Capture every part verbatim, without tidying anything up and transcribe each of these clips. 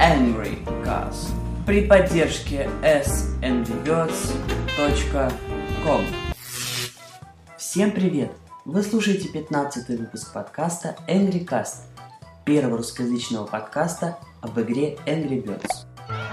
Angry Cast при поддержке эс энгри бердс точка ком. Всем привет! Вы слушаете пятнадцатый выпуск подкаста Angry Cast, первого русскоязычного подкаста об игре Angry Birds.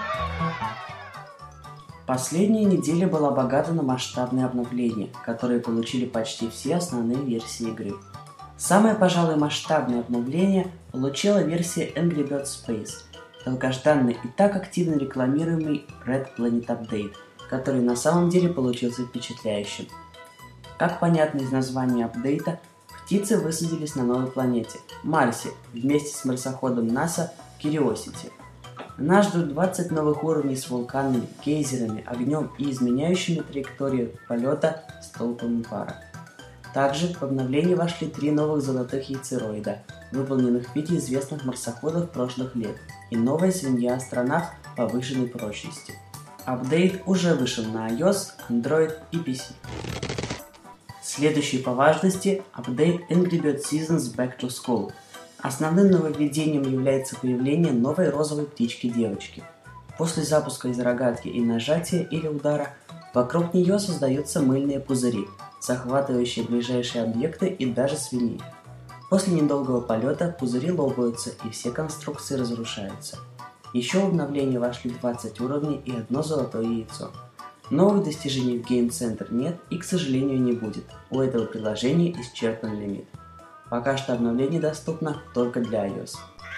Последняя неделя была богата на масштабные обновления, которые получили почти все основные версии игры. Самое, пожалуй, масштабное обновление получила версия Angry Birds Space, долгожданный и так активно рекламируемый Red Planet Update, который на самом деле получился впечатляющим. Как понятно из названия апдейта, птицы высадились на новой планете – Марсе, вместе с марсоходом НАСА Curiosity. Нас ждут двадцать новых уровней с вулканами, гейзерами, огнем и изменяющими траекторию полета столпами пара. Также в обновление вошли три новых золотых яйцероида, выполненных в виде известных марсоходов прошлых лет, и новая свинья-астронавт повышенной прочности. Апдейт уже вышел на iOS, Android и пи си. Следующий по важности – апдейт Angry Birds Seasons Back to School. Основным нововведением является появление новой розовой птички-девочки. После запуска из рогатки и нажатия или удара вокруг нее создаются мыльные пузыри, захватывающие ближайшие объекты и даже свиней. После недолгого полета пузыри лопаются и все конструкции разрушаются. Еще в обновление вошли двадцать уровней и одно золотое яйцо. Новых достижений в Game Center нет и, к сожалению, не будет. У этого приложения исчерпан лимит. Пока что обновление доступно только для iOS.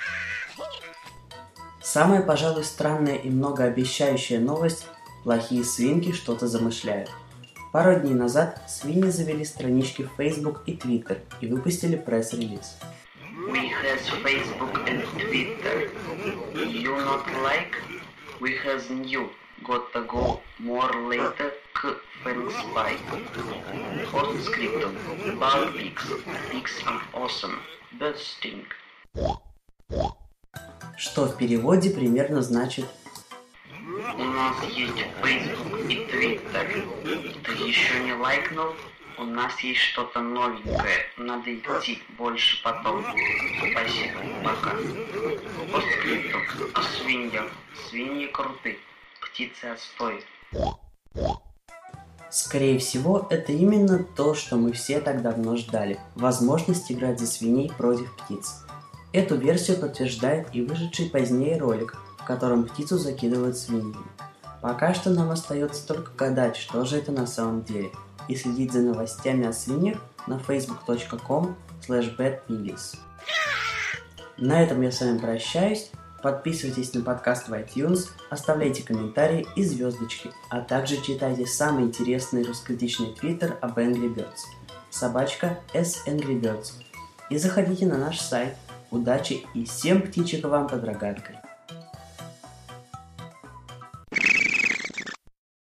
Самая, пожалуй, странная и многообещающая новость – плохие свинки что-то замышляют. Пару дней назад свиньи завели странички в Facebook и Twitter и выпустили пресс-релиз. We has Facebook and Twitter. You not like? We has new. Got to go more later к FanSpy. Постскриптум. Bug pics. Pics are awesome. Bursting. Что в переводе примерно значит: у нас есть Facebook и Twitter. Ты еще не лайкнул? У нас есть что-то новенькое. Надо идти больше потом. Спасибо. Пока. Постскриптум. О свиньях. Свиньи круты. Птицы отстой. Скорее всего, это именно то, что мы все так давно ждали – возможность играть за свиней против птиц. Эту версию подтверждает и вышедший позднее ролик, в котором птицу закидывают свиньями. Пока что нам остается только гадать, что же это на самом деле, и следить за новостями о свиньях на facebook точка com слэш bad piggies. На этом я с вами прощаюсь. Подписывайтесь на подкаст в iTunes, оставляйте комментарии и звездочки, а также читайте самый интересный русскоязычный твиттер об Angry Birds – собачка эс энгри бердс. И заходите на наш сайт. Удачи и всем птичек вам под рогаткой!